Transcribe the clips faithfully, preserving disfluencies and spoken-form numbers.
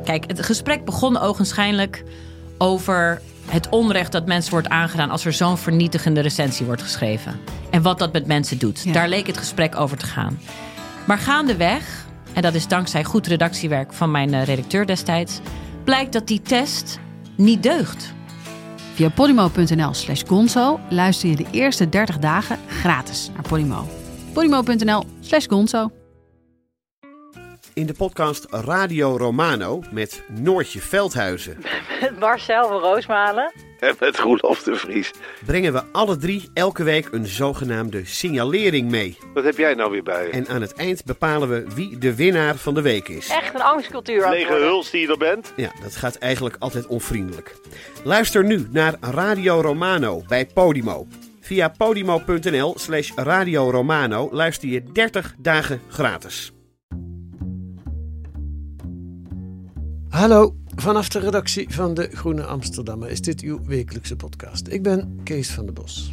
Kijk, het gesprek begon ogenschijnlijk over het onrecht dat mensen wordt aangedaan als er zo'n vernietigende recensie wordt geschreven. En wat dat met mensen doet. Ja. Daar leek het gesprek over te gaan. Maar gaandeweg, en dat is dankzij goed redactiewerk van mijn uh, redacteur destijds, blijkt dat die test niet deugt. Via podimo.nl slash gonzo luister je de eerste dertig dagen gratis naar Podimo. Podimo.nl slash gonzo. In de podcast Radio Romano met Noortje Veldhuizen. Met Marcel van Roosmalen. En met Roelof de Vries. Brengen we alle drie elke week een zogenaamde signalering mee. Wat heb jij nou weer bij je? En aan het eind bepalen we wie de winnaar van de week is. Echt een angstcultuur. Lege huls die je er bent. Ja, dat gaat eigenlijk altijd onvriendelijk. Luister nu naar Radio Romano bij Podimo. Via podimo.nl slash Radio Romano luister je dertig dagen gratis. Hallo, vanaf de redactie van De Groene Amsterdammer is dit uw wekelijkse podcast. Ik ben Kees van der Bos.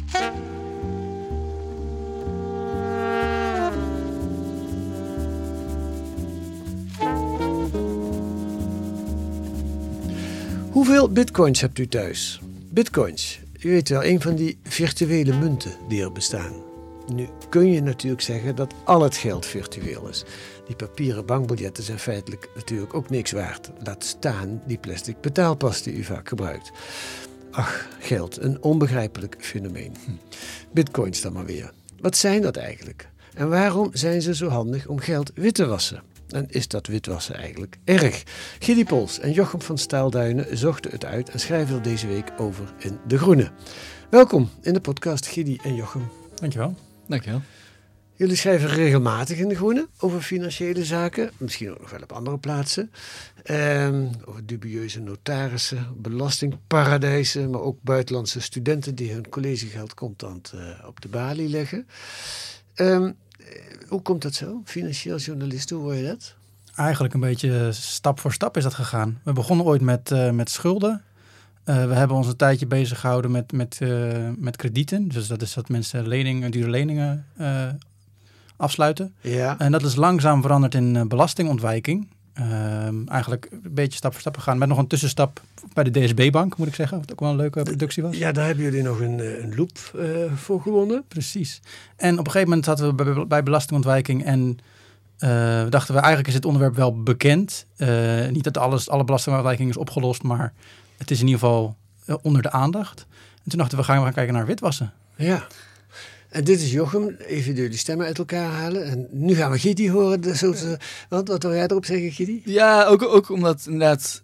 Hoeveel bitcoins hebt u thuis? Bitcoins, u weet wel, een van die virtuele munten die er bestaan. Nu kun je natuurlijk zeggen dat al het geld virtueel is. Die papieren bankbiljetten zijn feitelijk natuurlijk ook niks waard. Laat staan die plastic betaalpas die u vaak gebruikt. Ach, geld, een onbegrijpelijk fenomeen. Bitcoins dan maar weer. Wat zijn dat eigenlijk? En waarom zijn ze zo handig om geld wit te wassen? En is dat witwassen eigenlijk erg? Gidi Pols en Jochem van Staalduinen zochten het uit en schrijven er deze week over in De Groene. Welkom in de podcast Gidi en Jochem. Dankjewel. Dankjewel. Jullie schrijven regelmatig in De Groene over financiële zaken, misschien ook nog wel op andere plaatsen. Um, over dubieuze notarissen, belastingparadijzen, maar ook buitenlandse studenten die hun collegegeld contant uh, op de balie leggen. Um, hoe komt dat zo? Financieel journalist, hoe word je dat? Eigenlijk een beetje stap voor stap is dat gegaan. We begonnen ooit met, uh, met schulden. Uh, we hebben ons een tijdje bezig gehouden met, met, uh, met kredieten. Dus dat is dat mensen leningen, dure leningen uh, afsluiten. Ja. En dat is langzaam veranderd in uh, belastingontwijking. Uh, eigenlijk een beetje stap voor stap gegaan. Met nog een tussenstap bij de D S B-bank, moet ik zeggen. Wat ook wel een leuke productie was. Ja, daar hebben jullie nog een, een loop uh, voor gewonnen. Precies. En op een gegeven moment zaten we bij, bij belastingontwijking en uh, dachten we, eigenlijk is dit onderwerp wel bekend. Uh, niet dat alles, alle belastingontwijking is opgelost, maar het is in ieder geval uh, onder de aandacht. En toen dachten we, gaan we gaan kijken naar witwassen. Ja. En dit is Jochem, even jullie stemmen uit elkaar halen. En nu gaan we Gidi horen. Dus zo te, wat, wat wil jij erop zeggen, Gidi? Ja, ook, ook omdat inderdaad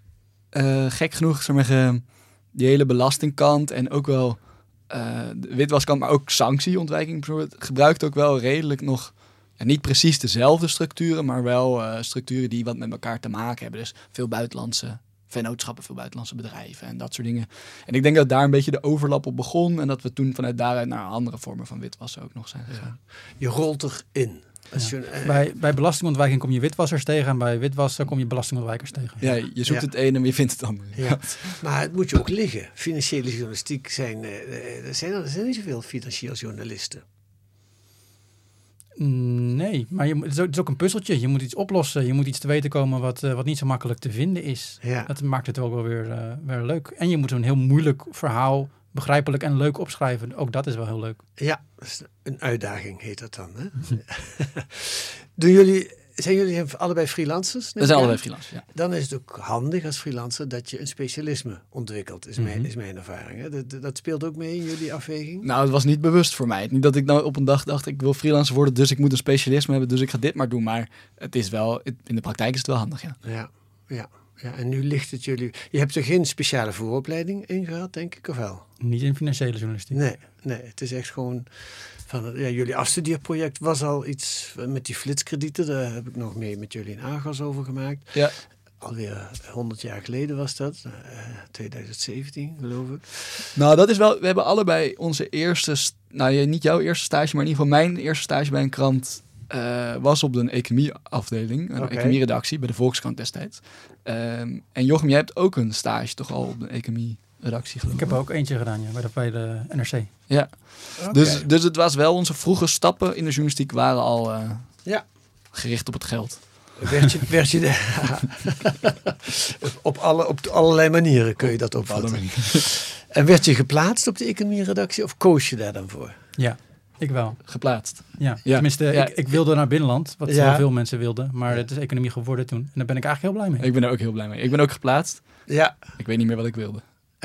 uh, gek genoeg, zeg maar, die hele belastingkant en ook wel uh, de witwaskant, maar ook sanctieontwijking bijvoorbeeld, gebruikt ook wel redelijk nog, ja, niet precies dezelfde structuren, maar wel uh, structuren die wat met elkaar te maken hebben. Dus veel buitenlandse vennootschappen, veel buitenlandse bedrijven en dat soort dingen. En ik denk dat daar een beetje de overlap op begon en dat we toen vanuit daaruit naar andere vormen van witwassen ook nog zijn gegaan. Ja. Je rolt erin. Als Ja. je, uh, Bij, bij belastingontwijking kom je witwassers tegen en bij witwassen kom je belastingontwijkers tegen. Ja, je zoekt Ja. het ene, maar je vindt het andere. ja. Maar het moet je ook liggen. Financiële journalistiek zijn, uh, er zijn er zijn niet zoveel financieel journalisten. Nee, maar je, het, is ook, het is ook een puzzeltje. Je moet iets oplossen. Je moet iets te weten komen wat, uh, wat niet zo makkelijk te vinden is. Ja. Dat maakt het ook wel weer, uh, weer leuk. En je moet zo'n heel moeilijk verhaal begrijpelijk en leuk opschrijven. Ook dat is wel heel leuk. Ja, dat is een uitdaging heet dat dan. Hè? Doen jullie, zijn jullie allebei freelancers? We zijn allebei freelancers, ja. Dan is het ook handig als freelancer dat je een specialisme ontwikkelt, is, Mm-hmm. mijn, is mijn ervaring. Hè? Dat, dat speelt ook mee in jullie afweging? Nou, het was niet bewust voor mij. Niet dat ik nou op een dag dacht, ik wil freelancer worden, dus ik moet een specialisme hebben, dus ik ga dit maar doen. Maar het is wel, in de praktijk is het wel handig, ja. Ja, ja, ja. En nu ligt het jullie... Je hebt er geen speciale vooropleiding in gehad, denk ik, of wel? Niet in financiële journalistiek. Nee, nee, het is echt gewoon... Van het, ja, jullie afstudeerproject was al iets met die flitskredieten. Daar heb ik nog mee met jullie in Argos over gemaakt. Ja. Alweer honderd jaar geleden was dat. Uh, twintig zeventien, geloof ik. Nou, dat is wel... We hebben allebei onze eerste... Nou, niet jouw eerste stage, maar in ieder geval mijn eerste stage bij een krant... Uh, was op de economieafdeling, een okay. economieredactie bij de Volkskrant destijds. Um, en Jochem, jij hebt ook een stage toch al op de economieredactie geloof ik. Ik heb ook eentje gedaan, ja, bij de, bij de N R C. Ja, okay. dus, dus het was wel onze vroege stappen in de journalistiek waren al uh, ja. gericht op het geld. Werd je, werd je de, op, alle, op allerlei manieren kun je dat opvatten. En werd je geplaatst op de economie-redactie of koos je daar dan voor? Ja, ik wel. Geplaatst. Ja, Ja. tenminste, Ja. Ik, ik wilde naar binnenland, wat Ja. heel veel mensen wilden. Maar het is economie geworden toen. En daar ben ik eigenlijk heel blij mee. Ik ben er ook heel blij mee. Ik ben ook geplaatst. Ja, Ik weet niet meer wat ik wilde.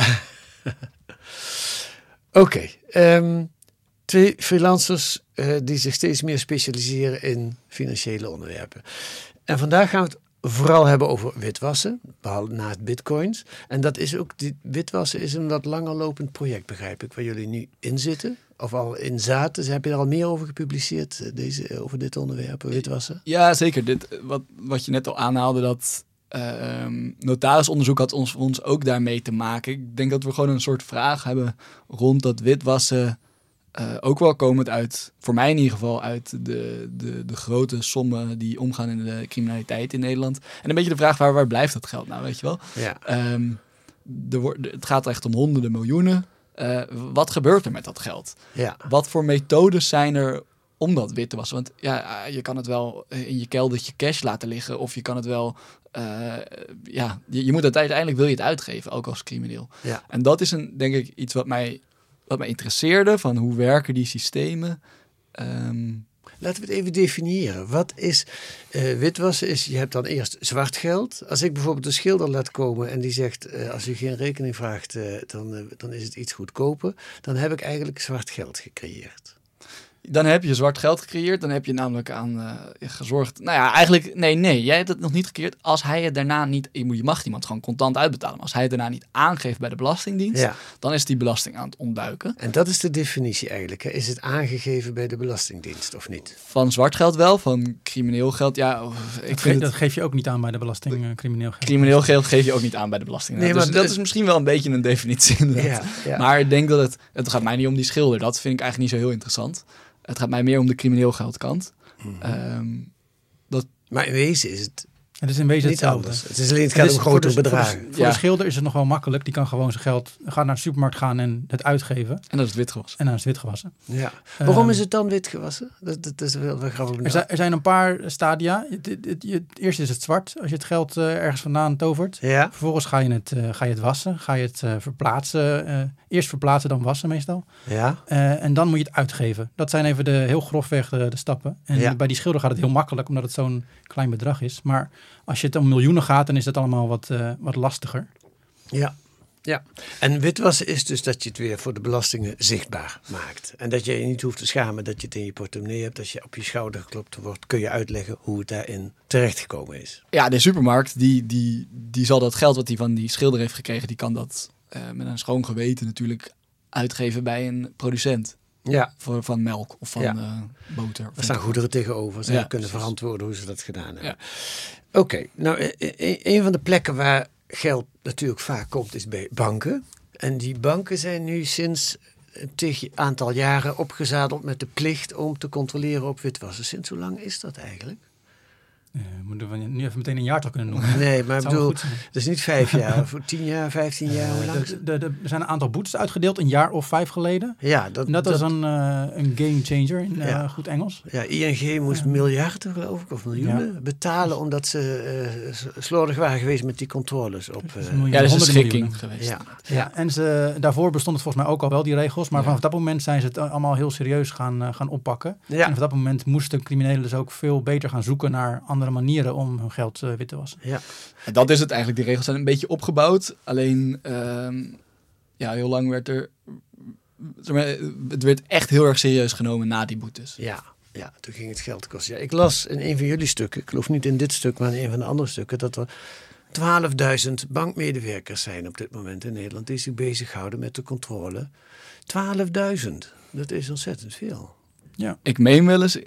oké. Okay. Um, twee freelancers uh, die zich steeds meer specialiseren in financiële onderwerpen. En vandaag gaan we het vooral hebben over witwassen, behalve naast bitcoins. En dat is ook, die witwassen is een wat langer lopend project, begrijp ik, waar jullie nu in zitten. Of al in zaten. Heb je er al meer over gepubliceerd, deze, over dit onderwerp, witwassen? Ja, zeker. Dit, wat, wat je net al aanhaalde, dat uh, notarisonderzoek had ons, ons ook daarmee te maken. Ik denk dat we gewoon een soort vraag hebben rond dat witwassen. Uh, ook wel komend uit, voor mij in ieder geval, uit de, de, de grote sommen die omgaan in de criminaliteit in Nederland. En een beetje de vraag, waar, waar blijft dat geld nou, weet je wel? Ja. Um, er wordt, het gaat echt om honderden miljoenen. Uh, wat gebeurt er met dat geld? Ja. Wat voor methodes zijn er om dat wit te wassen? Want ja, je kan het wel in je keldertje cash laten liggen, of je kan het wel, uh, ja, je, je moet het uiteindelijk wil je het uitgeven, ook als crimineel. Ja. En dat is een, denk ik, iets wat mij, wat mij interesseerde, van hoe werken die systemen. Um, Laten we het even definiëren. Wat is uh, witwassen? Is, je hebt dan eerst zwart geld. Als ik bijvoorbeeld een schilder laat komen en die zegt, uh, als u geen rekening vraagt, uh, dan, uh, dan is het iets goedkoper. Dan heb ik eigenlijk zwart geld gecreëerd. Dan heb je zwart geld gecreëerd. Dan heb je namelijk aan uh, gezorgd. Nou ja, eigenlijk, nee, nee. Jij hebt het nog niet gecreëerd. Als hij het daarna niet, je mag iemand gewoon contant uitbetalen. Maar als hij het daarna niet aangeeft bij de Belastingdienst, ja. dan is die belasting aan het ontduiken. En dat is de definitie eigenlijk. Hè? Is het aangegeven bij de Belastingdienst of niet? Van zwart geld wel, van crimineel geld, ja. Ik dat, vind ge- dat het, geef je ook niet aan bij de belasting, uh, crimineel geld. crimineel geld geef je ook niet aan bij de Belastingdienst. Nee, dus maar dat het- is misschien wel een beetje een definitie inderdaad. Ja, ja. Maar ik denk dat het, het gaat mij niet om die schilder. Dat vind ik eigenlijk niet zo heel interessant. Het gaat mij meer om de crimineel geldkant. Mm-hmm. Um, Maar in wezen is het Het is in wezen niet hetzelfde. anders. Het is alleen het Het gaat is om voor grotere de- voor de- bedragen. Voor Ja. de schilder is het nog wel makkelijk. Die kan gewoon zijn geld, gaat naar de supermarkt gaan en het uitgeven. en dat is het witgewas. En dan is het wit gewassen. Ja. Waarom Um, is het dan wit gewassen? Dat, dat is wel, wel grappig. Er zijn, er zijn een paar stadia. Het, het, het, het eerste is het zwart, als je het geld uh, ergens vandaan tovert. Ja, Vervolgens ga je het, uh, ga je het wassen, ga je het uh, verplaatsen. Uh, eerst verplaatsen, dan wassen meestal. ja. Uh, en dan moet je het uitgeven. Dat zijn even de heel grofweg de, de stappen. En Ja. bij die schilder gaat het heel makkelijk, omdat het zo'n klein bedrag is. Maar als je het om miljoenen gaat, dan is het allemaal wat, uh, wat lastiger. Ja, ja. En witwassen is dus dat je het weer voor de belastingen zichtbaar maakt. En dat je je niet hoeft te schamen dat je het in je portemonnee hebt. Als je op je schouder geklopt wordt, kun je uitleggen hoe het daarin terechtgekomen is. Ja, de supermarkt, die, die, die zal dat geld wat hij van die schilder heeft gekregen, die kan dat uh, met een schoon geweten natuurlijk uitgeven bij een producent. Ja, Voor, van melk of van Ja. uh, boter. er staan goederen tegenover. Ze Ja, kunnen precies. verantwoorden hoe ze dat gedaan hebben. Ja. Oké, okay, nou e- e- een van de plekken waar geld natuurlijk vaak komt is bij banken. En die banken zijn nu sinds een tig aantal jaren opgezadeld met de plicht om te controleren op witwassen. Sinds hoe lang is dat eigenlijk? Uh, moeten we nu even meteen een jaartal kunnen noemen? Nee, maar ik Zou wel bedoel, goed zijn. het is niet vijf jaar, voor tien jaar, vijftien jaar, hoe lang is De, het? de, de, er zijn een aantal boetes uitgedeeld, een jaar of vijf geleden. Ja, dat, En dat, was een, uh, een game changer in uh, Ja. goed Engels. ja, I N G moest Ja. miljarden, geloof ik, of miljoenen Ja. betalen omdat ze uh, s- slordig waren geweest met die controles op. Dus Uh, een miljoen, Ja, dat is een honderden schikking miljoenen. geweest. ja, Ja, ja. en ze, daarvoor bestond het volgens mij ook al wel, die regels. Maar Ja. vanaf dat moment zijn ze het allemaal heel serieus gaan, uh, gaan oppakken. En Ja, vanaf dat moment moesten criminelen dus ook veel beter gaan zoeken naar andere manieren om hun geld uh, wit te wassen. ja. En dat is het eigenlijk. Die regels zijn een beetje opgebouwd. Alleen, um, ja, heel lang werd er... zeg maar, het werd echt heel erg serieus genomen na die boetes. Ja, ja, toen ging het geld kosten. Ja, ik las in een van jullie stukken, ik geloof niet in dit stuk, maar in een van de andere stukken, dat er twaalfduizend bankmedewerkers zijn op dit moment in Nederland die zich bezighouden met de controle. twaalfduizend, dat is ontzettend veel. Ik meen wel eens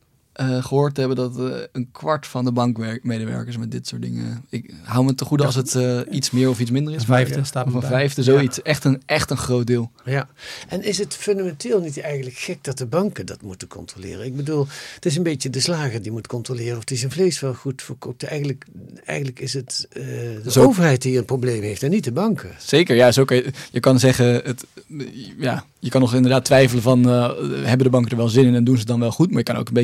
uh, gehoord te hebben dat uh, een kwart van de bankmedewerkers met dit soort dingen... Ik hou me te goed als het uh, iets meer of iets minder is. Een vijfde maar, staat Of me een bij. vijfde, zoiets. Echt, een, echt een groot deel. Ja, en is het fundamenteel niet eigenlijk gek dat de banken dat moeten controleren? Ik bedoel, het is een beetje de slager die moet controleren of hij zijn vlees wel goed verkoopt. Eigenlijk, eigenlijk is het uh, de Zo- overheid die een probleem heeft en niet de banken. Zeker, ja. Zo kan je, je kan zeggen... Het, ja, je kan nog inderdaad twijfelen van... Uh, hebben de banken er wel zin in en doen ze het dan wel goed? Maar je kan ook een beetje zeggen... Misschien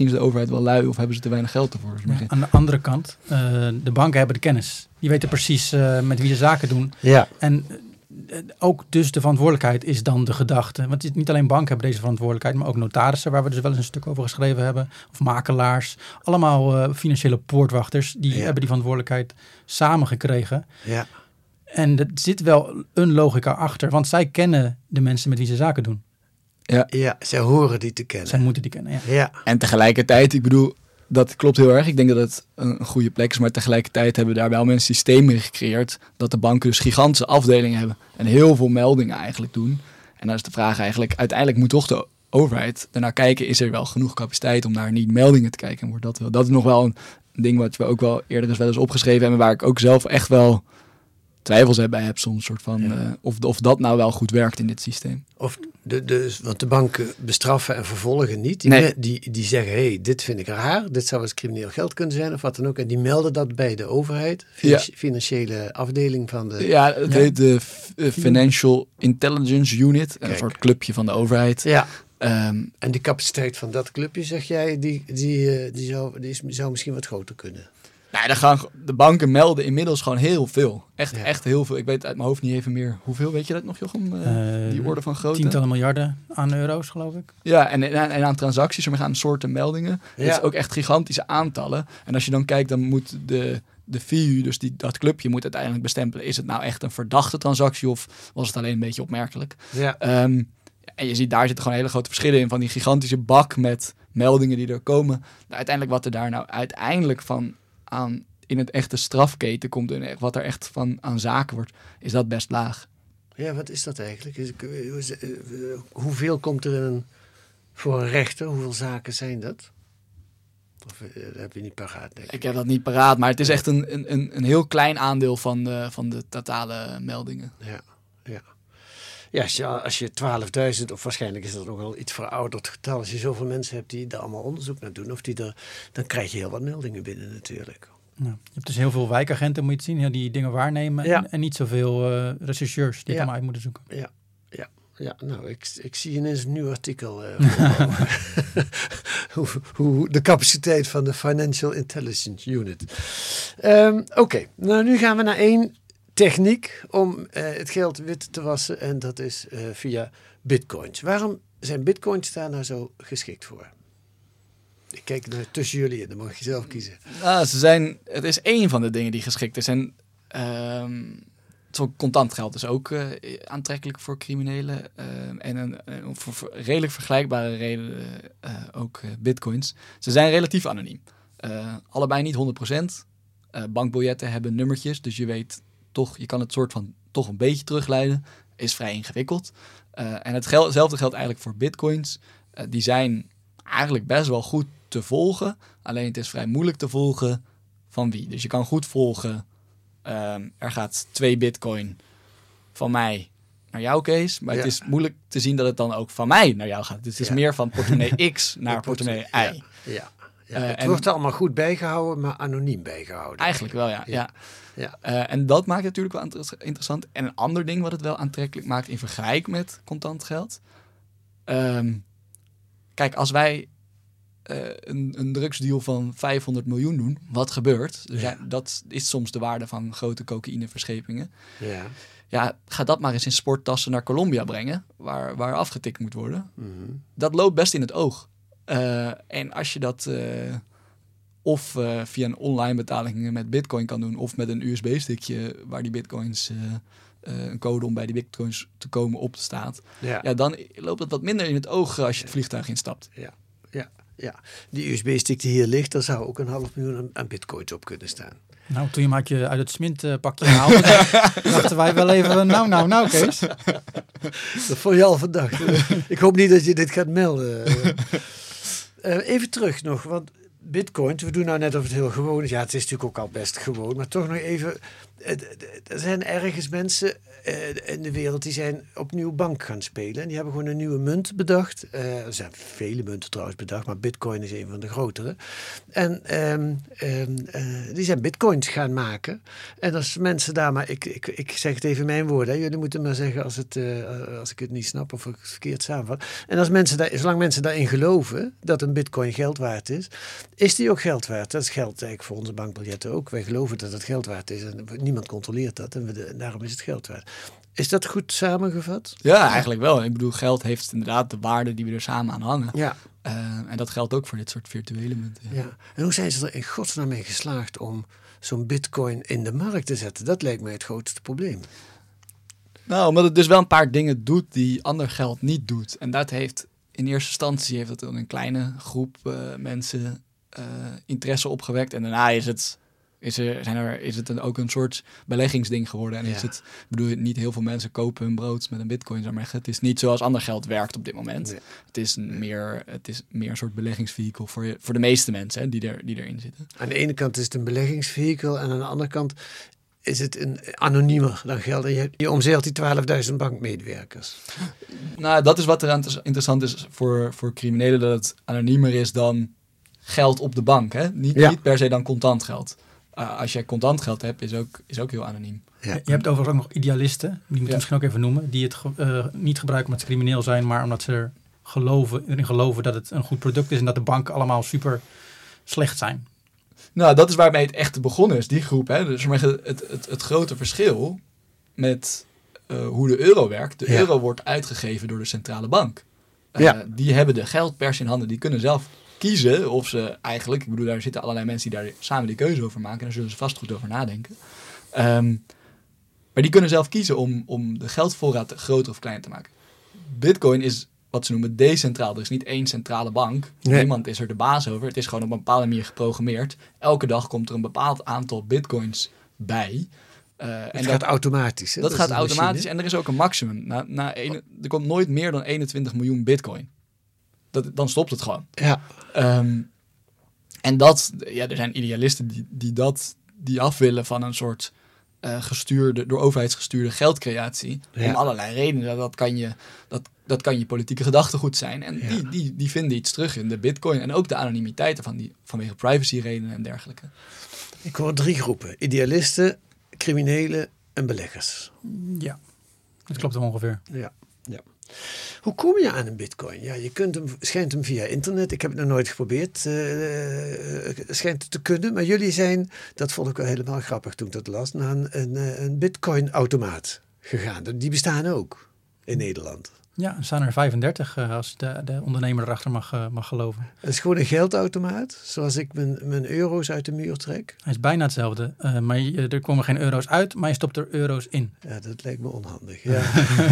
is de overheid wel lui of hebben ze te weinig geld ervoor? Dus Ja, aan de andere kant, uh, de banken hebben de kennis. Die weten precies uh, met wie ze zaken doen. Ja. En uh, ook dus de verantwoordelijkheid is dan de gedachte. Want het is niet alleen banken hebben deze verantwoordelijkheid, maar ook notarissen, waar we dus wel eens een stuk over geschreven hebben. Of makelaars. Allemaal uh, financiële poortwachters, die ja. hebben die verantwoordelijkheid samen gekregen. Ja. En er zit wel een logica achter, want zij kennen de mensen met wie ze zaken doen. Ja, ja zij horen die te kennen. Zij moeten die kennen, ja. ja. En tegelijkertijd, ik bedoel, dat klopt heel erg. Ik denk dat het een goede plek is, maar tegelijkertijd hebben daar wel mensen systemen in gecreëerd dat de banken dus gigantische afdelingen hebben en heel veel meldingen eigenlijk doen. En dan is de vraag eigenlijk, uiteindelijk moet toch de overheid daarnaar kijken, is er wel genoeg capaciteit om naar niet meldingen te kijken? En wordt dat wel? Dat is nog wel een ding wat we ook wel eerder eens wel eens opgeschreven hebben, waar ik ook zelf echt wel twijfels bij heb soms, soort van, ja. uh, of, of dat nou wel goed werkt in dit systeem. Of de, de, want de banken bestraffen en vervolgen niet. Die, nee. die, die zeggen, hé, hey, dit vind ik raar, dit zou eens crimineel geld kunnen zijn of wat dan ook. En die melden dat bij de overheid, financi- ja. financiële afdeling van de... Ja, het ja. heet de F- Financial Intelligence Unit, Kijk. een soort clubje van de overheid. Ja. Um, en die capaciteit van dat clubje, zeg jij, die, die, die, zou, die is, zou misschien wat groter kunnen. Nou, dan gaan de banken melden inmiddels gewoon heel veel. Echt, ja. echt heel veel. Ik weet uit mijn hoofd niet even meer hoeveel. Weet je dat nog, Jochem? Uh, uh, die orde van grootte? Tientallen miljarden aan euro's, geloof ik. Ja, en, en, en aan transacties, maar gaan soorten meldingen. Ja. Het is ook echt gigantische aantallen. En als je dan kijkt, dan moet de, de V U, dus die, dat clubje, moet uiteindelijk bestempelen. Is het nou echt een verdachte transactie of was het alleen een beetje opmerkelijk? Ja. Um, en je ziet, daar zitten gewoon hele grote verschillen in. Van die gigantische bak met meldingen die er komen. Nou, uiteindelijk wat er daar nou uiteindelijk van aan in het echte strafketen komt en wat er echt van aan zaken wordt, is dat best laag. Ja, wat is dat eigenlijk? Is, hoeveel komt er in een, voor een rechter? Hoeveel zaken zijn dat? Of uh, dat heb je niet paraat, denk ik. Ik heb dat niet paraat, maar het is echt een, een, een heel klein aandeel van de, van de totale meldingen. Ja, ja. Ja, als je, als je twaalfduizend, of waarschijnlijk is dat nog wel iets verouderd getal, als je zoveel mensen hebt die daar allemaal onderzoek naar doen, of die er, dan krijg je heel wat meldingen binnen natuurlijk. Nou, je hebt dus heel veel wijkagenten, moet je het zien, ja, die dingen waarnemen. Ja. En, en niet zoveel uh, rechercheurs die ja. het allemaal uit moeten zoeken. Ja, ja, ja. Nou, ik, ik zie ineens een nieuw artikel. Uh, hoe, hoe de capaciteit van de Financial Intelligence Unit. Um, Oké, okay. Nou nu gaan we naar één techniek om uh, het geld wit te wassen. En dat is uh, via bitcoins. Waarom zijn bitcoins daar nou zo geschikt voor? Ik kijk naar tussen jullie en dan mag je zelf kiezen. Nou, ze zijn, het is één van de dingen die geschikt is. En um, zo contant geld is ook uh, aantrekkelijk voor criminelen. Uh, en een, een voor, voor redelijk vergelijkbare reden uh, ook uh, bitcoins. Ze zijn relatief anoniem. Uh, allebei niet honderd procent. Uh, bankbiljetten hebben nummertjes, dus je weet toch, je kan het soort van toch een beetje terugleiden. Is vrij ingewikkeld. Uh, en hetzelfde geldt eigenlijk voor bitcoins. Uh, die zijn eigenlijk best wel goed te volgen. Alleen het is vrij moeilijk te volgen van wie. Dus je kan goed volgen. Um, er gaat twee bitcoin van mij naar jouw Kees. Maar ja. het is moeilijk te zien dat het dan ook van mij naar jou gaat. Dus het is ja. meer van portemonnee X naar portemonnee Y. Ja, ja. ja. Uh, het wordt allemaal goed bijgehouden, maar anoniem bijgehouden. Eigenlijk wel, ja. ja. ja. ja. Uh, en dat maakt het natuurlijk wel inter- interessant. En een ander ding wat het wel aantrekkelijk maakt in vergelijking met contant geld. Um, kijk, als wij uh, een, een drugsdeal van vijfhonderd miljoen doen, wat gebeurt? Dus ja. Ja, dat is soms de waarde van grote cocaïneverschepingen. Ja. Ja, ga dat maar eens in sporttassen naar Colombia brengen, waar, waar afgetikt moet worden. Mm-hmm. Dat loopt best in het oog. Uh, en als je dat uh, of uh, via een online betaling met bitcoin kan doen, of met een U S B-stickje waar die bitcoins, uh, uh, een code om bij die bitcoins te komen op staat, ja. Ja, dan loopt het wat minder in het oog als je het vliegtuig instapt. Ja, ja, ja. Die U S B-stick die hier ligt, daar zou ook een half miljoen aan bitcoins op kunnen staan. Nou, toen je hem had je uit het smintpakje haalde, dachten wij wel even, nou, nou, nou, Kees. Dat vond je al verdacht. Ik hoop niet dat je dit gaat melden. Uh, even terug nog, want bitcoins, we doen nou net of het heel gewoon is. Ja, het is natuurlijk ook al best gewoon. Maar toch nog even, er zijn ergens mensen in de wereld die zijn opnieuw bank gaan spelen. En die hebben gewoon een nieuwe munt bedacht. Uh, er zijn vele munten trouwens bedacht, maar bitcoin is een van de grotere. En um, um, uh, die zijn bitcoins gaan maken. En als mensen daar maar, ik, ik, ik zeg het even in mijn woorden, hè, jullie moeten maar zeggen als, het, uh, als ik het niet snap of ik het verkeerd samenvat. En als mensen daar, zolang mensen daarin geloven dat een bitcoin geld waard is, is die ook geld waard. Dat geldt eigenlijk voor onze bankbiljetten ook. Wij geloven dat het geld waard is en niemand controleert dat en, we, en daarom is het geld waard. Is dat goed samengevat? Ja, eigenlijk wel. Ik bedoel, geld heeft inderdaad de waarde die we er samen aan hangen. Ja. Uh, en dat geldt ook voor dit soort virtuele munten. Ja. Ja. En hoe zijn ze er in godsnaam mee geslaagd om zo'n bitcoin in de markt te zetten? Dat lijkt mij het grootste probleem. Nou, omdat het dus wel een paar dingen doet die ander geld niet doet. En dat heeft in eerste instantie heeft het een kleine groep uh, mensen uh, interesse opgewekt. En daarna is het... Is, er, zijn er, is het een, ook een soort beleggingsding geworden. En ja. is het, ik bedoel, niet heel veel mensen kopen hun brood met een bitcoin. Zeg maar. Het is niet zoals ander geld werkt op dit moment. Nee. Het, is een meer, het is meer een soort beleggingsvehikel voor, je, voor de meeste mensen hè, die, er, die erin zitten. Aan de ene kant is het een beleggingsvehikel en aan de andere kant is het een anoniemer dan geld. En je, je omzeilt die twaalfduizend bankmedewerkers. Nou, dat is wat er aan interessant is voor, voor criminelen, dat het anoniemer is dan geld op de bank. Hè? Niet, ja. niet per se dan contant geld. Uh, als je contant geld hebt, is ook, is ook heel anoniem. Ja. Je hebt overigens ook nog idealisten, die moeten we ja. misschien ook even noemen, die het uh, niet gebruiken omdat ze crimineel zijn, maar omdat ze er geloven, erin geloven dat het een goed product is en dat de banken allemaal super slecht zijn. Nou, dat is waarmee het echt begonnen is, die groep. Hè? Dus het, het, het, het grote verschil met uh, hoe de euro werkt. De ja. euro wordt uitgegeven door de centrale bank. Uh, ja. Die hebben de geldpers in handen, die kunnen zelf kiezen of ze eigenlijk, ik bedoel, daar zitten allerlei mensen die daar samen die keuze over maken. En daar zullen ze vast goed over nadenken. Um, maar die kunnen zelf kiezen om, om de geldvoorraad groter of kleiner te maken. Bitcoin is wat ze noemen decentraal. Er is niet één centrale bank. Nee. Niemand is er de baas over. Het is gewoon op een bepaalde manier geprogrammeerd. Elke dag komt er een bepaald aantal bitcoins bij. Uh, en dat gaat automatisch. Hè? Dat, dat gaat automatisch. Machine. En er is ook een maximum. Na, na ene, er komt nooit meer dan eenentwintig miljoen bitcoin. Dat, dan stopt het gewoon. Ja. Um, en dat, ja, er zijn idealisten die, die dat, die af willen van een soort uh, gestuurde, door overheid gestuurde geldcreatie. Ja. Om allerlei redenen. Dat kan je, dat, dat kan je politieke gedachtegoed zijn. En ja. die, die, die vinden iets terug in de bitcoin. En ook de anonimiteit ervan, die, vanwege privacyredenen en dergelijke. Ik hoor drie groepen. Idealisten, criminelen en beleggers. Ja, dat klopt ongeveer. Ja, ja. Hoe kom je aan een bitcoin? Ja, je kunt hem, schijnt hem via internet. Ik heb het nog nooit geprobeerd. Uh, schijnt het te kunnen. Maar jullie zijn, dat vond ik wel helemaal grappig toen ik dat las, naar een, een, een bitcoin-automaat gegaan. Die bestaan ook in Nederland. Ja, er staan er vijfendertig uh, als de, de ondernemer erachter mag, uh, mag geloven. Het is gewoon een geldautomaat, zoals ik mijn, mijn euro's uit de muur trek. Hij is bijna hetzelfde, uh, maar je, er komen geen euro's uit, maar je stopt er euro's in. Ja, dat lijkt me onhandig. Ja.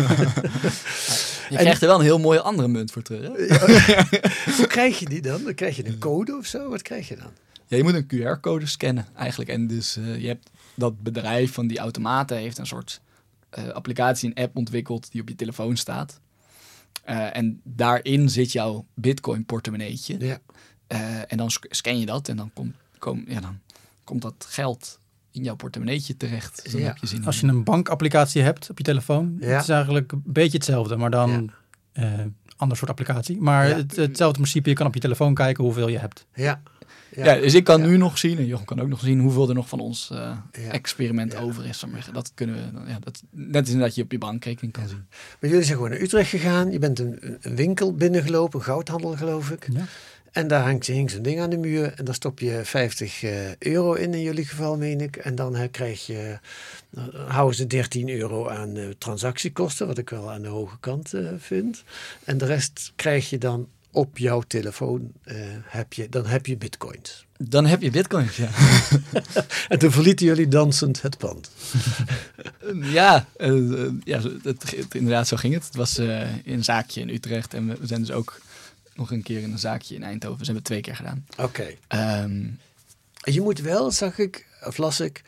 Je krijgt er wel een heel mooie andere munt voor terug. Hè? Ja, hoe krijg je die dan? Dan krijg je een code of zo? Wat krijg je dan? Ja, je moet een Q R-code scannen eigenlijk. En dus uh, je hebt dat bedrijf van die automaten heeft een soort uh, applicatie, een app ontwikkeld die op je telefoon staat. Uh, en daarin zit jouw bitcoin portemonneetje. Ja. Uh, en dan scan je dat en dan, kom, kom, ja, dan komt dat geld in jouw portemonneetje terecht. Dus dan ja. heb je zin Als je een bankapplicatie hebt op je telefoon, ja. het is eigenlijk een beetje hetzelfde, maar dan ja. uh, ander soort applicatie. Maar ja. het, hetzelfde principe, je kan op je telefoon kijken hoeveel je hebt. Ja. Ja, ja, dus ik kan ja. nu nog zien, en Jochem kan ook nog zien, hoeveel er nog van ons uh, ja. experiment ja. over is. Dat kunnen we, ja, dat, net is dat je op je bankrekening kan ja. zien. Maar jullie zijn gewoon naar Utrecht gegaan. Je bent een, een winkel binnengelopen, een goudhandel geloof ik. Ja. En daar hangt, hing zo'n ding aan de muur. En daar stop je vijftig uh, euro in, in jullie geval meen ik. En dan uh, krijg je, uh, houden ze dertien euro aan uh, transactiekosten. Wat ik wel aan de hoge kant uh, vind. En de rest krijg je dan op jouw telefoon, uh, heb je, dan heb je bitcoins. Dan heb je bitcoins, ja. En toen verlieten jullie dansend het pand. ja, uh, ja het, het, inderdaad zo ging het. Het was uh, een zaakje in Utrecht en we zijn dus ook nog een keer in een zaakje in Eindhoven. Dus hebben we twee keer gedaan. Oké. Okay. Um, je moet wel, zag ik, of las ik,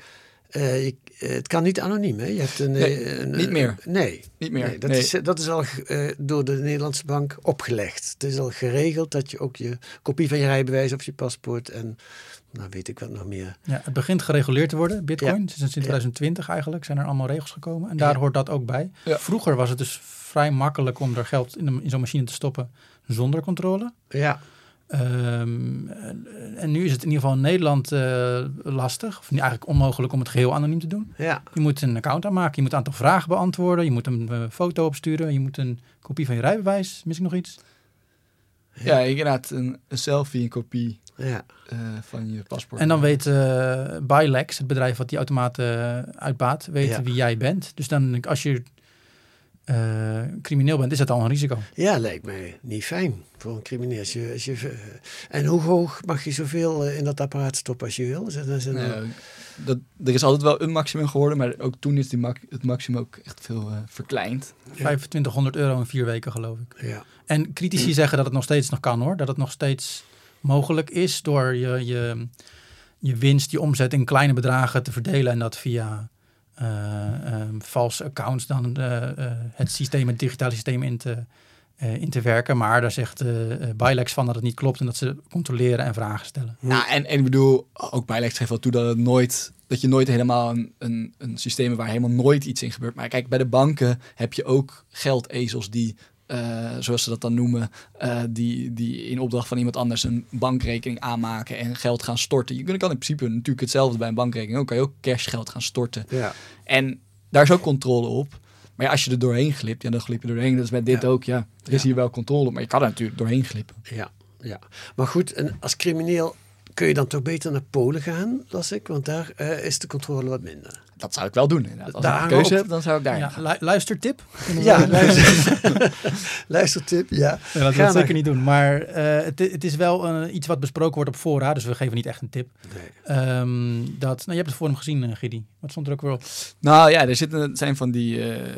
Uh, je, uh, het kan niet anoniem, hè? Je hebt een, nee, een, niet meer. Uh, nee. Niet meer. Nee, dat, nee. Is, dat is al uh, door de Nederlandse bank opgelegd. Het is al geregeld dat je ook je kopie van je rijbewijs of je paspoort en nou weet ik wat nog meer. Ja, het begint gereguleerd te worden, Bitcoin. Ja. Sinds twintig twintig ja. eigenlijk zijn er allemaal regels gekomen. En daar ja. hoort dat ook bij. Ja. Vroeger was het dus vrij makkelijk om er geld in, de, in zo'n machine te stoppen zonder controle. Ja. Um, en nu is het in ieder geval in Nederland uh, lastig, of eigenlijk onmogelijk om het geheel anoniem te doen. Ja. Je moet een account aanmaken, je moet een aantal vragen beantwoorden, je moet een uh, foto opsturen, je moet een kopie van je rijbewijs. Mis ik nog iets? Ja, ja inderdaad, een, een selfie, een kopie ja. uh, van je paspoort. En dan weet uh, Bilex, het bedrijf wat die automaten uh, uitbaat, weet ja. wie jij bent. Dus dan als je Uh, crimineel bent, is dat al een risico. Ja, lijkt mij niet fijn voor een crimineel. Als je, als je, uh, en hoe hoog mag je zoveel uh, in dat apparaat stoppen als je wil? Is dat, is dat nou, dat, er is altijd wel een maximum geworden, maar ook toen is die ma- het maximum ook echt veel uh, verkleind. Ja. vijfentwintighonderd euro in vier weken, geloof ik. Ja. En critici zeggen dat het nog steeds nog kan, hoor. Dat het nog steeds mogelijk is door je, je, je winst, je omzet in kleine bedragen te verdelen en dat via Uh, um, valse accounts dan uh, uh, het systeem, het digitale systeem in te, uh, in te werken. Maar daar zegt uh, uh, Bilex van dat het niet klopt en dat ze controleren en vragen stellen. Nou, en, en ik bedoel, ook Bilex geeft wel toe dat het nooit, dat je nooit helemaal een, een, een systeem hebt waar helemaal nooit iets in gebeurt. Maar kijk, bij de banken heb je ook geldezels die, uh, zoals ze dat dan noemen, uh, die, die in opdracht van iemand anders een bankrekening aanmaken en geld gaan storten. Je kan in principe natuurlijk hetzelfde bij een bankrekening. Ook kan je ook cashgeld gaan storten. Ja. En daar is ook controle op. Maar ja, als je er doorheen glipt, ja, dan glip je er doorheen. Dat is met dit ja. ook, ja. Er is ja. hier wel controle op, maar je kan er natuurlijk doorheen glippen. Ja, ja. Maar goed, en als crimineel kun je dan toch beter naar Polen gaan, las ik? Want daar uh, is de controle wat minder. Dat zou ik wel doen, inderdaad. Als daar ik een keuze ook. heb, dan zou ik daar ja, gaan. lu- luistertip? Ja, luister, luistertip, ja. ja dat wil ik zeker niet doen. Maar uh, het, het is wel uh, iets wat besproken wordt op fora, dus we geven niet echt een tip. Nee. Um, dat, nou, je hebt het forum gezien, uh, Gidi. Wat stond er ook weer op? Nou ja, er zitten, zijn van die uh, uh,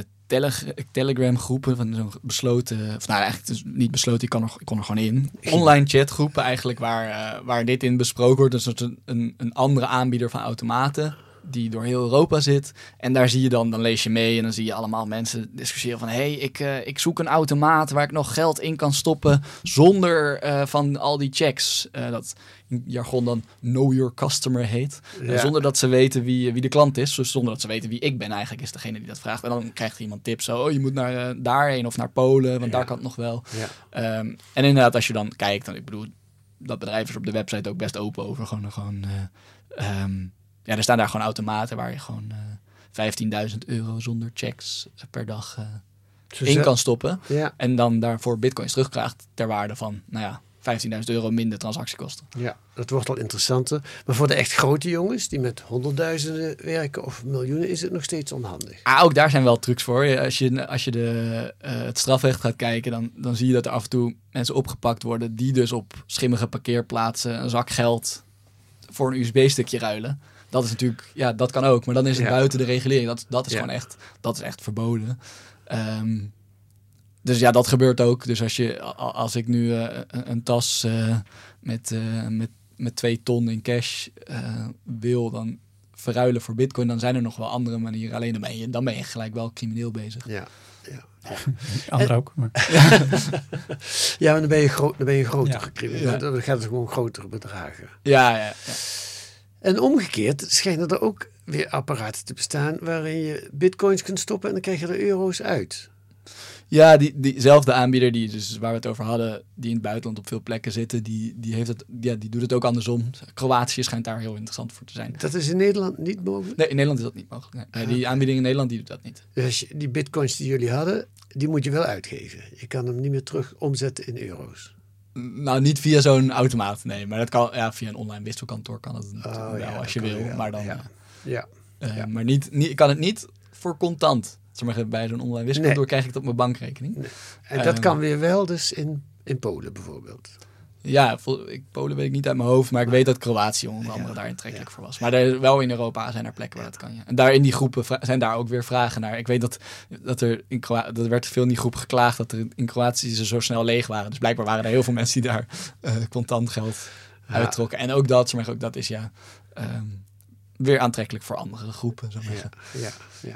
tele- Telegram groepen, van zo'n besloten, of nou eigenlijk het is niet besloten, ik kon er, ik kon er gewoon in. Online chatgroepen eigenlijk, waar, uh, waar dit in besproken wordt. Dus een, een, een andere aanbieder van automaten die door heel Europa zit. En daar zie je dan, dan lees je mee en dan zie je allemaal mensen discussiëren van hé, hey, ik, uh, ik zoek een automaat waar ik nog geld in kan stoppen zonder uh, van al die checks. Uh, dat in jargon dan know your customer heet. Ja. Uh, zonder dat ze weten wie, wie de klant is. Dus zonder dat ze weten wie ik ben eigenlijk, is degene die dat vraagt. En dan krijgt iemand tips. Zo, oh, je moet naar uh, daarheen of naar Polen, want ja. daar kan het nog wel. Ja. Um, en inderdaad, als je dan kijkt, dan ik bedoel, dat bedrijf is op de website ook best open over. Gewoon, gewoon uh, um, ja, er staan daar gewoon automaten waar je gewoon uh, vijftienduizend euro zonder checks per dag uh, in kan stoppen. Ja. En dan daarvoor bitcoins terugkrijgt ter waarde van, nou ja, vijftienduizend euro minder transactiekosten. Ja, dat wordt al interessanter. Maar voor de echt grote jongens die met honderdduizenden werken of miljoenen is het nog steeds onhandig. Ah, ook daar zijn wel trucs voor. Als je, als je de, uh, het strafrecht gaat kijken, dan, dan zie je dat er af en toe mensen opgepakt worden die dus op schimmige parkeerplaatsen een zak geld voor een U S B-stukje ruilen. Dat is natuurlijk, ja, dat kan ook, maar dan is het ja. buiten de regulering. Dat, dat is ja. gewoon echt, dat is echt verboden. Um, dus ja, dat gebeurt ook. Dus als je, als ik nu uh, een, een tas uh, met, uh, met, met twee ton in cash uh, wil, dan verruilen voor bitcoin, dan zijn er nog wel andere manieren. Alleen dan ben je, dan ben je gelijk wel crimineel bezig. Ja, ja. ja. Ander ook. Maar. Ja. ja, maar dan ben je, gro- dan ben je groter ja. crimineel. Ja. Dan gaat het gewoon grotere bedragen. Ja, ja, ja. En omgekeerd schijnen er ook weer apparaten te bestaan waarin je bitcoins kunt stoppen en dan krijg je er euro's uit. Ja, die, diezelfde aanbieder die, dus waar we het over hadden, die in het buitenland op veel plekken zitten, die, die, heeft het, ja, die doet het ook andersom. Kroatië schijnt daar heel interessant voor te zijn. Dat is in Nederland niet mogelijk? Nee, in Nederland is dat niet mogelijk. Nee. Die aanbieding in Nederland die doet dat niet. Dus die bitcoins die jullie hadden, die moet je wel uitgeven. Je kan hem niet meer terug omzetten in euro's. Nou, niet via zo'n automaat, nee. Maar dat kan, ja, via een online wisselkantoor kan het oh, wel ja, als je wil. wel. Maar dan, ja. Ja. Uh, ja. Maar niet, niet, ik kan het niet voor contant. Zeg maar, bij zo'n online wisselkantoor nee. krijg ik het op mijn bankrekening. Nee. En dat uh, kan weer wel dus in, in Polen bijvoorbeeld. Ja, vol, ik, Polen weet ik niet uit mijn hoofd, maar ik weet dat Kroatië onder andere ja, daar intrekkelijk ja. voor was. Maar er, wel in Europa zijn er plekken waar dat kan. Ja. En daar in die groepen vra- zijn daar ook weer vragen naar. Ik weet dat, dat er in Kroatië, dat werd veel in die groep geklaagd dat er in Kroatië ze zo snel leeg waren. Dus blijkbaar waren er heel veel mensen die daar uh, contant geld ja. uittrokken. En ook dat, maar ook dat is ja, um, weer aantrekkelijk voor andere groepen. Zou ik Ja, zeggen. ja, ja.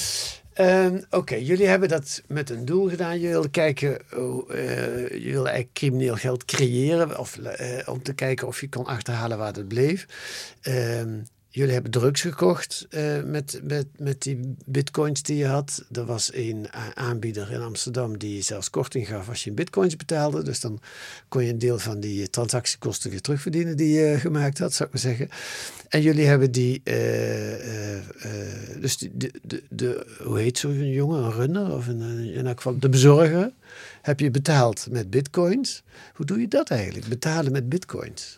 Um, Oké, okay, jullie hebben dat met een doel gedaan. Je wilde kijken, hoe, uh, je wilde eigenlijk crimineel geld creëren. Of, uh, om te kijken of je kon achterhalen waar het bleef. Um, jullie hebben drugs gekocht uh, met, met, met die bitcoins die je had. Er was een aanbieder in Amsterdam die zelfs korting gaf als je in bitcoins betaalde. Dus dan kon je een deel van die transactiekosten weer terugverdienen die je gemaakt had, zou ik maar zeggen. En jullie hebben die, uh, uh, uh, dus die, de, de, de, hoe heet zo'n jongen, een runner of een, in elk geval de bezorger, heb je betaald met bitcoins. Hoe doe je dat eigenlijk, betalen met bitcoins?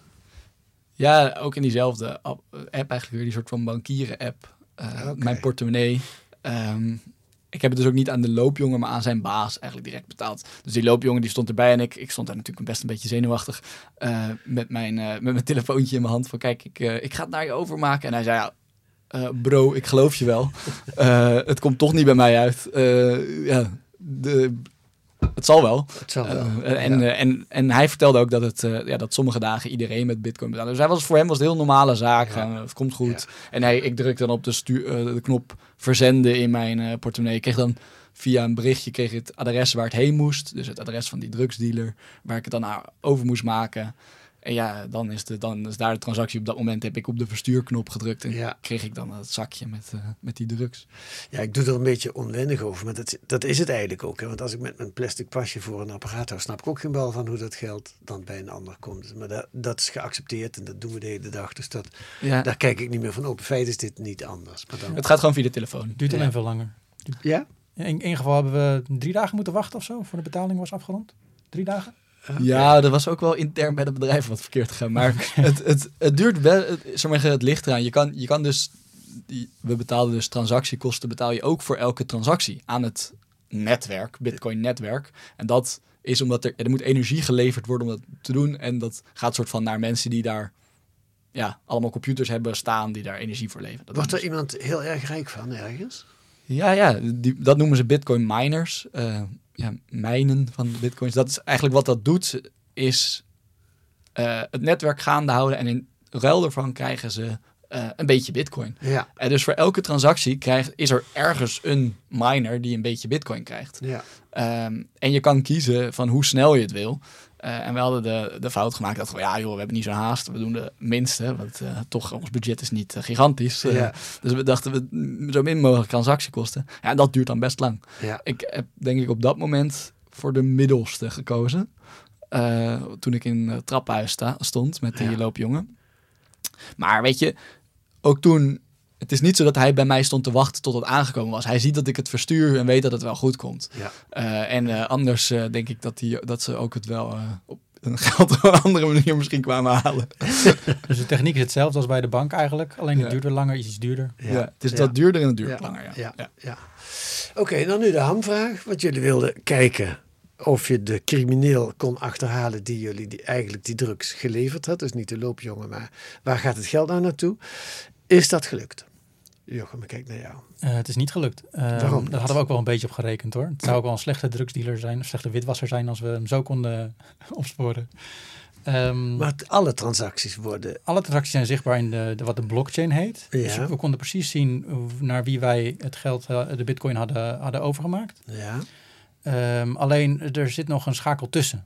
Ja, ook in diezelfde app, eigenlijk weer die soort van bankieren-app. Uh, okay. Mijn portemonnee. Um, ik heb het dus ook niet aan de loopjongen, maar aan zijn baas eigenlijk direct betaald. Dus die loopjongen die stond erbij en ik, ik stond daar natuurlijk best een beetje zenuwachtig uh, met, mijn, uh, met mijn telefoontje in mijn hand van kijk, ik, uh, ik ga het naar je overmaken. En hij zei ja, uh, bro, ik geloof je wel. Uh, het komt toch niet bij mij uit. Uh, ja, de... Het zal wel. Het zal wel. Uh, en, ja. uh, en, en hij vertelde ook dat, het, uh, ja, dat sommige dagen iedereen met bitcoin betaalde. Dus hij was, voor hem was het een heel normale zaak. Ja. Gaan, het komt goed. Ja. En hij, ik drukte dan op de, stu- uh, de knop verzenden in mijn uh, portemonnee. Ik kreeg dan via een berichtje kreeg het adres waar het heen moest. Dus het adres van die drugsdealer waar ik het dan naar over moest maken. En ja, dan is, de, dan is daar de transactie. Op dat moment heb ik op de verstuurknop gedrukt. En ja. kreeg ik dan het zakje met, uh, met die drugs. Ja, ik doe er een beetje onwennig over. Maar dat, dat is het eigenlijk ook. Hè? Want als ik met mijn plastic pasje voor een apparaat hou, snap ik ook geen bal van hoe dat geld dan bij een ander komt. Maar dat, dat is geaccepteerd en dat doen we de hele dag. Dus dat, ja. daar kijk ik niet meer van op. In feite is dit niet anders. Maar dan... Het gaat gewoon via de telefoon. Het duurt alleen ja. veel langer. Ja? In één geval hebben we drie dagen moeten wachten of zo voor de betaling was afgerond. Drie dagen? Okay. Ja, dat was ook wel intern bij het bedrijf wat verkeerd gegaan. Maar het, het, het duurt wel, het, zeg maar, het ligt eraan. Je kan, je kan dus, die, we betaalden dus transactiekosten, betaal je ook voor elke transactie aan het netwerk, Bitcoin-netwerk. En dat is omdat er, er moet energie geleverd worden om dat te doen. En dat gaat soort van naar mensen die daar, ja, allemaal computers hebben staan die daar energie voor leveren. Dat Wordt er iemand heel erg rijk van ergens? Ja, ja, die, dat noemen ze Bitcoin miners. Uh, ja, mijnen van de bitcoins. Dat is eigenlijk wat dat doet, is uh, het netwerk gaande houden en in ruil daarvan krijgen ze uh, een beetje bitcoin. Ja. En dus voor elke transactie krijgt, is er ergens een miner die een beetje bitcoin krijgt. Ja. Um, en je kan kiezen van hoe snel je het wil. Uh, en we hadden de, de fout gemaakt dat we, ja joh, we hebben niet zo'n haast. We doen de minste, want uh, toch, ons budget is niet uh, gigantisch. Uh, ja. Dus we dachten, we zo min mogelijk transactiekosten. Ja, en dat duurt dan best lang. Ja. Ik heb denk ik op dat moment voor de middelste gekozen. Uh, toen ik in het trappenhuis sta, stond met die ja. loopjongen. Maar weet je, ook toen... Het is niet zo dat hij bij mij stond te wachten tot het aangekomen was. Hij ziet dat ik het verstuur en weet dat het wel goed komt. Ja. Uh, en uh, anders uh, denk ik dat, die, dat ze ook het wel uh, op hun geld op een andere manier misschien kwamen halen. Dus de techniek is hetzelfde als bij de bank eigenlijk. Alleen het ja. duurt er langer, iets duurder. Ja, ja het is ja. wat duurder en het duurt ja. langer. Ja. Ja. Ja. Ja. Oké, okay, dan nu de hamvraag. Want jullie wilden kijken of je de crimineel kon achterhalen die jullie die eigenlijk die drugs geleverd had. Dus niet de loopjongen, maar waar gaat het geld nou naartoe? Is dat gelukt? Jochem, ik kijk naar jou. Uh, het is niet gelukt. Uh, Waarom? Daar hadden we ook wel een beetje op gerekend hoor. Het zou ook wel een slechte drugsdealer zijn, een slechte witwasser zijn als we hem zo konden opsporen. Um, maar alle transacties worden... Alle transacties zijn zichtbaar in de, de, wat de blockchain heet. Ja. Dus we konden precies zien naar wie wij het geld, de bitcoin hadden, hadden overgemaakt. Ja. Um, alleen er zit nog een schakel tussen.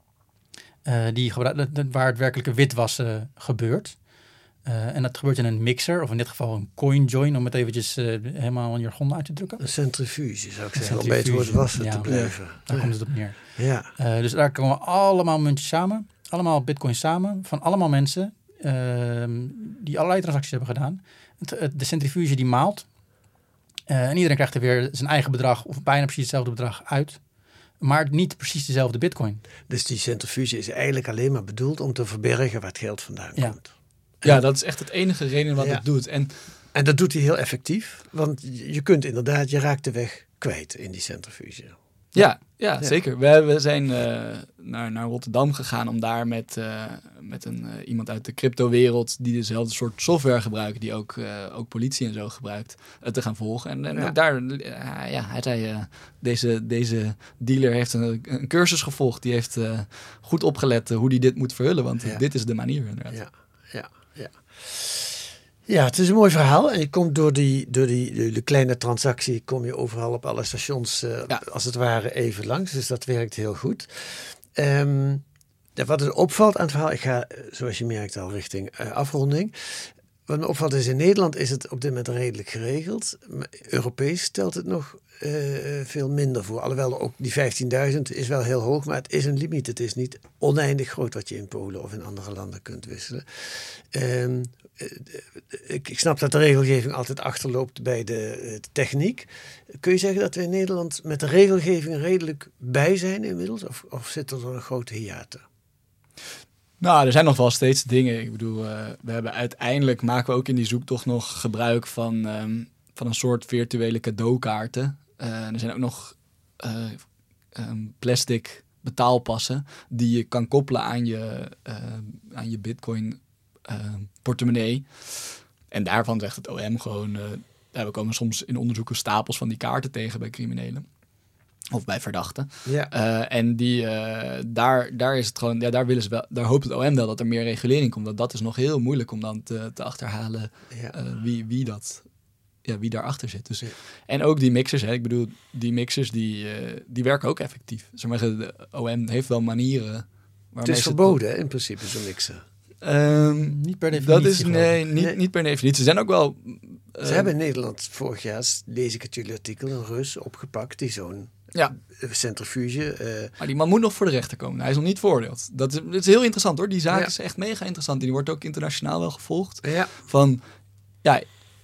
Uh, die, waar het werkelijke witwassen gebeurt. Uh, en dat gebeurt in een mixer, of in dit geval een CoinJoin, om het eventjes uh, helemaal in jargon uit te drukken. Een centrifuge zou ik zeggen, om bij het woord wassen ja, te blijven. Ja, daar ja. komt het op neer. Ja. Uh, dus daar komen allemaal muntjes samen, allemaal bitcoins samen, van allemaal mensen uh, die allerlei transacties hebben gedaan. Het, de centrifuge die maalt uh, en iedereen krijgt er weer zijn eigen bedrag, of bijna precies hetzelfde bedrag uit. Maar niet precies dezelfde bitcoin. Dus die centrifuge is eigenlijk alleen maar bedoeld om te verbergen waar het geld vandaan ja. komt. Ja, dat is echt het enige reden wat ja. het doet. En, en dat doet hij heel effectief. Want je kunt inderdaad, je raakt de weg kwijt in die centrifuge. Ja, ja, ja. zeker. We, we zijn uh, naar, naar Rotterdam gegaan om daar met, uh, met een, uh, iemand uit de cryptowereld die dezelfde soort software gebruikt, die ook, uh, ook politie en zo gebruikt, uh, te gaan volgen. En, en ja. daar, uh, ja, hij zei, uh, deze, deze dealer heeft een, een cursus gevolgd. Die heeft uh, goed opgelet uh, hoe hij dit moet verhullen, want ja. dit is de manier inderdaad. Ja, ja. Ja. Ja, het is een mooi verhaal. En je komt door die, door die de, de kleine transactie, kom je overal op alle stations uh, ja. als het ware even langs. Dus dat werkt heel goed. Um, wat er opvalt aan het verhaal, ik ga, zoals je merkt, al richting uh, afronding. Wat me opvalt is, in Nederland is het op dit moment redelijk geregeld. Europees stelt het nog uh, veel minder voor. Alhoewel ook die vijftienduizend is wel heel hoog, maar het is een limiet. Het is niet oneindig groot wat je in Polen of in andere landen kunt wisselen. Um, ik, ik snap dat de regelgeving altijd achterloopt bij de, de techniek. Kun je zeggen dat we in Nederland met de regelgeving redelijk bij zijn inmiddels? Of, of zit er een grote hiaten? Nou, er zijn nog wel steeds dingen. Ik bedoel, uh, we hebben uiteindelijk maken we ook in die zoektocht nog gebruik van, um, van een soort virtuele cadeaukaarten. Uh, er zijn ook nog uh, um, plastic betaalpassen die je kan koppelen aan je, uh, aan je Bitcoin uh, portemonnee. En daarvan zegt het O M gewoon, uh, ja, we komen soms in onderzoeken stapels van die kaarten tegen bij criminelen. Of bij verdachten. Ja. Uh, en die, uh, daar, daar is het gewoon, ja, daar willen ze wel, daar hoopt het O M wel dat er meer regulering komt. Dat, dat is nog heel moeilijk om dan te, te achterhalen ja. uh, wie, wie dat, ja, wie daarachter zit. Dus, ja. En ook die mixers, hè, ik bedoel, die mixers die, uh, die werken ook effectief. Zeg maar, de O M heeft wel manieren. Het is verboden, het, hè, in principe, zo'n mixer. Um, niet per definitie. Dat is, nee, niet, nee, niet per definitie. Ze zijn ook wel. Uh, ze hebben in Nederland vorig jaar, lees ik het jullie artikel, een Rus opgepakt die zo'n ja. centrifuge. Uh... Maar die man moet nog voor de rechter komen. Hij is nog niet veroordeeld. Dat is, dat is heel interessant hoor. Die zaak ja. is echt mega interessant. En die wordt ook internationaal wel gevolgd. Ja. Van, ja,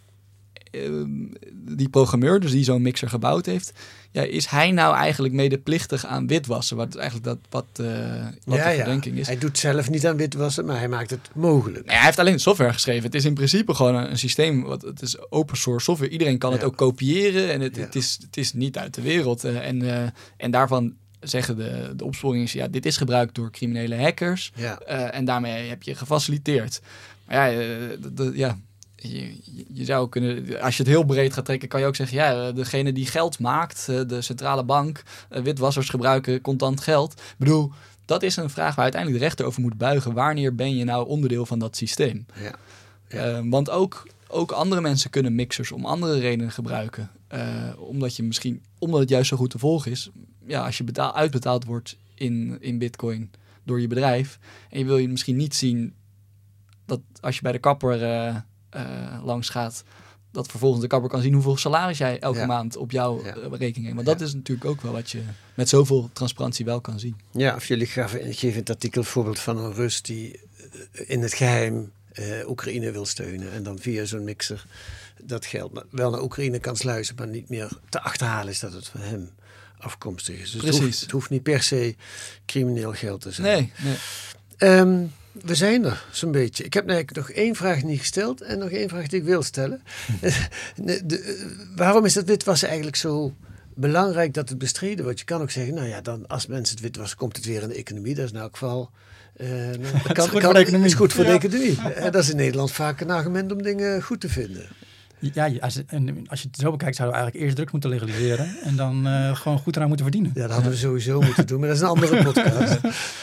uh, die programmeur, dus die zo'n mixer gebouwd heeft. Ja, is hij nou eigenlijk medeplichtig aan witwassen? Wat eigenlijk dat, wat, uh, wat ja, de verdenking ja. is. Hij doet zelf niet aan witwassen, maar hij maakt het mogelijk. Nee, hij heeft alleen software geschreven. Het is in principe gewoon een, een systeem. Wat, het is open source software. Iedereen kan ja. het ook kopiëren. En het, ja. het, is, het is niet uit de wereld. Uh, en, uh, en daarvan zeggen de, de opsporingen, ja, dit is gebruikt door criminele hackers. Ja. Uh, en daarmee heb je gefaciliteerd. Maar ja, uh, de, de, ja Je, je zou kunnen, als je het heel breed gaat trekken, kan je ook zeggen, ja, degene die geld maakt, de centrale bank, witwassers gebruiken contant geld. Ik bedoel, dat is een vraag waar uiteindelijk de rechter over moet buigen. Wanneer ben je nou onderdeel van dat systeem? Ja. Ja. Uh, want ook, ook andere mensen kunnen mixers om andere redenen gebruiken. Uh, omdat je misschien, omdat het juist zo goed te volgen is, ja, als je betaal, uitbetaald wordt in, in Bitcoin door je bedrijf en je wil je misschien niet zien dat als je bij de kapper Uh, Uh, langs gaat, dat vervolgens de kapper kan zien hoeveel salaris jij elke ja. maand op jouw ja. uh, rekening hebt. Want ja. dat is natuurlijk ook wel wat je met zoveel transparantie wel kan zien. Ja, of jullie geven, geven in het artikel een voorbeeld van een Rus die in het geheim uh, Oekraïne wil steunen en dan via zo'n mixer dat geld wel naar Oekraïne kan sluizen, maar niet meer te achterhalen is dat het van hem afkomstig is. Dus Precies. Het hoeft, het hoeft niet per se crimineel geld te zijn. Nee, nee. Um, We zijn er, zo'n beetje. Ik heb eigenlijk nog één vraag niet gesteld en nog één vraag die ik wil stellen. de, de, waarom is dat witwassen eigenlijk zo belangrijk dat het bestreden wordt? Je kan ook zeggen, nou ja, dan als mensen het witwassen, komt het weer in de economie. Dat is in elk geval Uh, nou, het kan, is goed kan, voor de economie. is goed voor ja. de economie. Uh, dat is in Nederland vaak een argument om dingen goed te vinden. Ja, als, en als je het zo bekijkt, zouden we eigenlijk eerst drugs moeten legaliseren en dan uh, gewoon goed eraan moeten verdienen. Ja, dat hadden we sowieso moeten doen, maar dat is een andere podcast.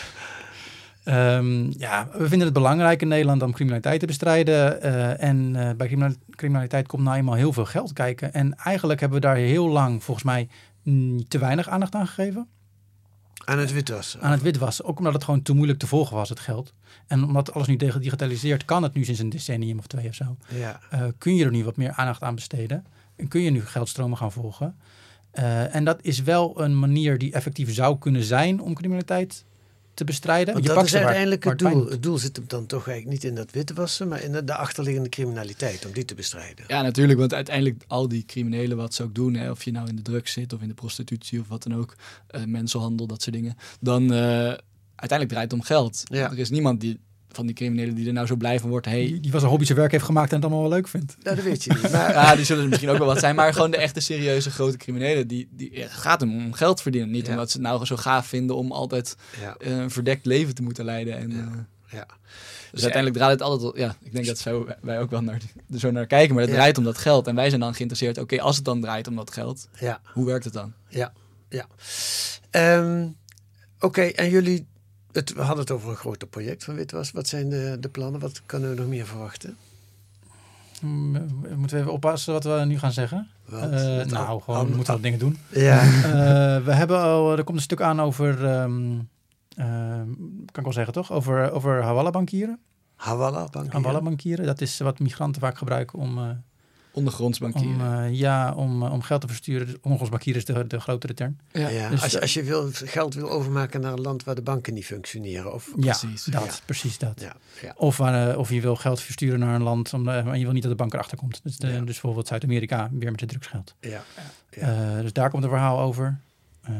Um, ja, we vinden het belangrijk in Nederland om criminaliteit te bestrijden. Uh, en uh, bij criminaliteit komt nou eenmaal heel veel geld kijken. En eigenlijk hebben we daar heel lang volgens mij mm, te weinig aandacht aan gegeven. Aan het witwassen? Aan het witwassen. Ook omdat het gewoon te moeilijk te volgen was, het geld. En omdat alles nu digitaliseerd kan het nu sinds een decennium of twee of zo. Ja. Uh, kun je er nu wat meer aandacht aan besteden. En kun je nu geldstromen gaan volgen. Uh, en dat is wel een manier die effectief zou kunnen zijn om criminaliteit te bestrijden. Want je dat pakt is uiteindelijk waar, het waar doel. Het, het doel zit hem dan toch eigenlijk niet in dat witwassen, maar in de, de achterliggende criminaliteit, om die te bestrijden. Ja, natuurlijk, want uiteindelijk al die criminelen wat ze ook doen, hè, of je nou in de drugs zit of in de prostitutie of wat dan ook, uh, mensenhandel, dat soort dingen, dan uh, uiteindelijk draait het om geld. Ja. Er is niemand die van die criminelen die er nou zo blij van wordt. Hey, die, die was een hobby zijn werk heeft gemaakt en het allemaal wel leuk vindt. Nou, dat weet je niet. Maar... ja, die zullen er misschien ook wel wat zijn. Maar gewoon de echte serieuze grote criminelen. Die, die, het gaat hem om geld verdienen. Niet ja. omdat ze het nou zo gaaf vinden om altijd ja. uh, een verdekt leven te moeten leiden. En, uh, ja. Ja. Dus, dus uiteindelijk draait het altijd... Ja, ik denk dat zo, wij ook wel naar, zo naar kijken. Maar het ja. draait om dat geld. En wij zijn dan geïnteresseerd. Oké, okay, als het dan draait om dat geld. Ja. Hoe werkt het dan? Ja, ja. Um, Oké, okay, en jullie... Het, we hadden het over een groter project van witwas. Wat zijn de, de plannen? Wat kunnen we nog meer verwachten? Moeten we even oppassen wat we nu gaan zeggen? Wat? Uh, Wat nou, al- gewoon, al- we moeten wat dingen doen. Ja. Uh, we hebben al, er komt een stuk aan over, um, uh, kan ik wel zeggen toch? Over, over Hawala-bankieren. Hawala-bankieren? Hawala-bankieren, dat is wat migranten vaak gebruiken om... Uh, Ondergronds bankieren. Om, uh, ja, om, om geld te versturen. Ondergronds bankieren is de, de grotere term. Ja. Ja, dus, als je, als je wil, geld wil overmaken naar een land waar de banken niet functioneren. Of... Ja, precies dat, ja. precies dat. Ja, ja. Of, uh, of je wil geld versturen naar een land om, uh, en je wil niet dat de bank erachter komt. Dus, de, ja. dus bijvoorbeeld Zuid-Amerika, weer met de drugsgeld. Ja. Ja. Uh, dus daar komt een verhaal over. Uh,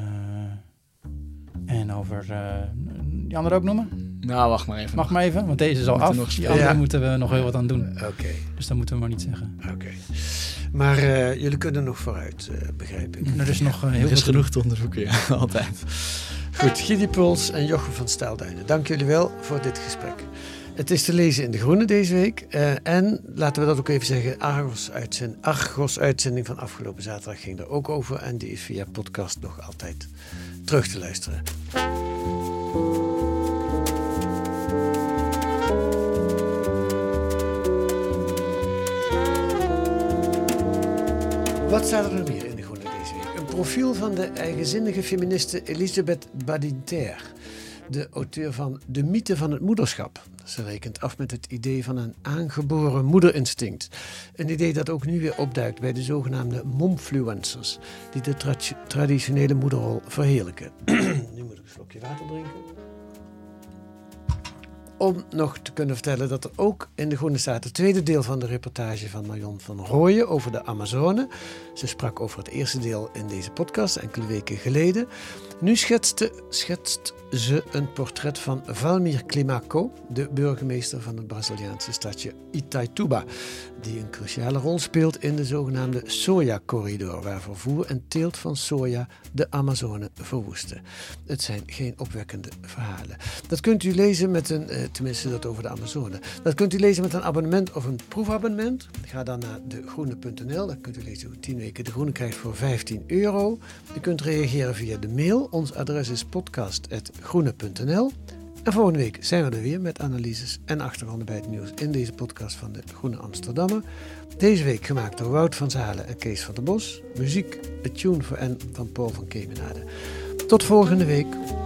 en over... Uh, die andere ook noemen? Nou, wacht maar even. Mag maar even, want deze is al af. Die andere ja. moeten we nog heel wat aan doen. Oké. Okay. Dus dat moeten we maar niet zeggen. Oké. Okay. Maar uh, jullie kunnen nog vooruit, uh, begrijp ik. Er is nog uh, heel er is veel genoeg te onderzoeken, ja, altijd. Goed, Gidi Puls en Jochem van Staalduinen, dank jullie wel voor dit gesprek. Het is te lezen in De Groene deze week. Uh, en, laten we dat ook even zeggen, Argos-uitzending, Argos-uitzending van afgelopen zaterdag ging er ook over. En die is via podcast nog altijd terug te luisteren. Wat staat er nog meer in De Groene deze week? Een profiel van de eigenzinnige feministe Elisabeth Badinter, de auteur van De mythe van het moederschap. Ze rekent af met het idee van een aangeboren moederinstinct. Een idee dat ook nu weer opduikt bij de zogenaamde momfluencers, die de tra- traditionele moederrol verheerlijken. Nu moet ik een slokje water drinken. Om nog te kunnen vertellen dat er ook in De Groene staat het tweede deel van de reportage van Marion van Rooyen over de Amazone. Ze sprak over het eerste deel in deze podcast enkele weken geleden. Nu schetste, schetst ze een portret van Valmir Climaco, de burgemeester van het Braziliaanse stadje Itaituba, die een cruciale rol speelt in de zogenaamde sojacorridor, waar vervoer en teelt van soja de Amazone verwoesten. Het zijn geen opwekkende verhalen. Dat kunt u lezen met een, eh, tenminste dat over de Amazone, dat kunt u lezen met een abonnement of een proefabonnement. Ga dan naar degroene punt n l, dan kunt u lezen hoe tien weken De Groene krijgt voor vijftien euro. U kunt reageren via de mail, ons adres is podcast apenstaartje groene punt n l. En volgende week zijn we er weer met analyses en achtergronden bij het nieuws in deze podcast van de Groene Amsterdammer. Deze week gemaakt door Wout van Zalen en Kees van der Bos. Muziek, A Tune for N van Paul van Kemenade. Tot volgende week.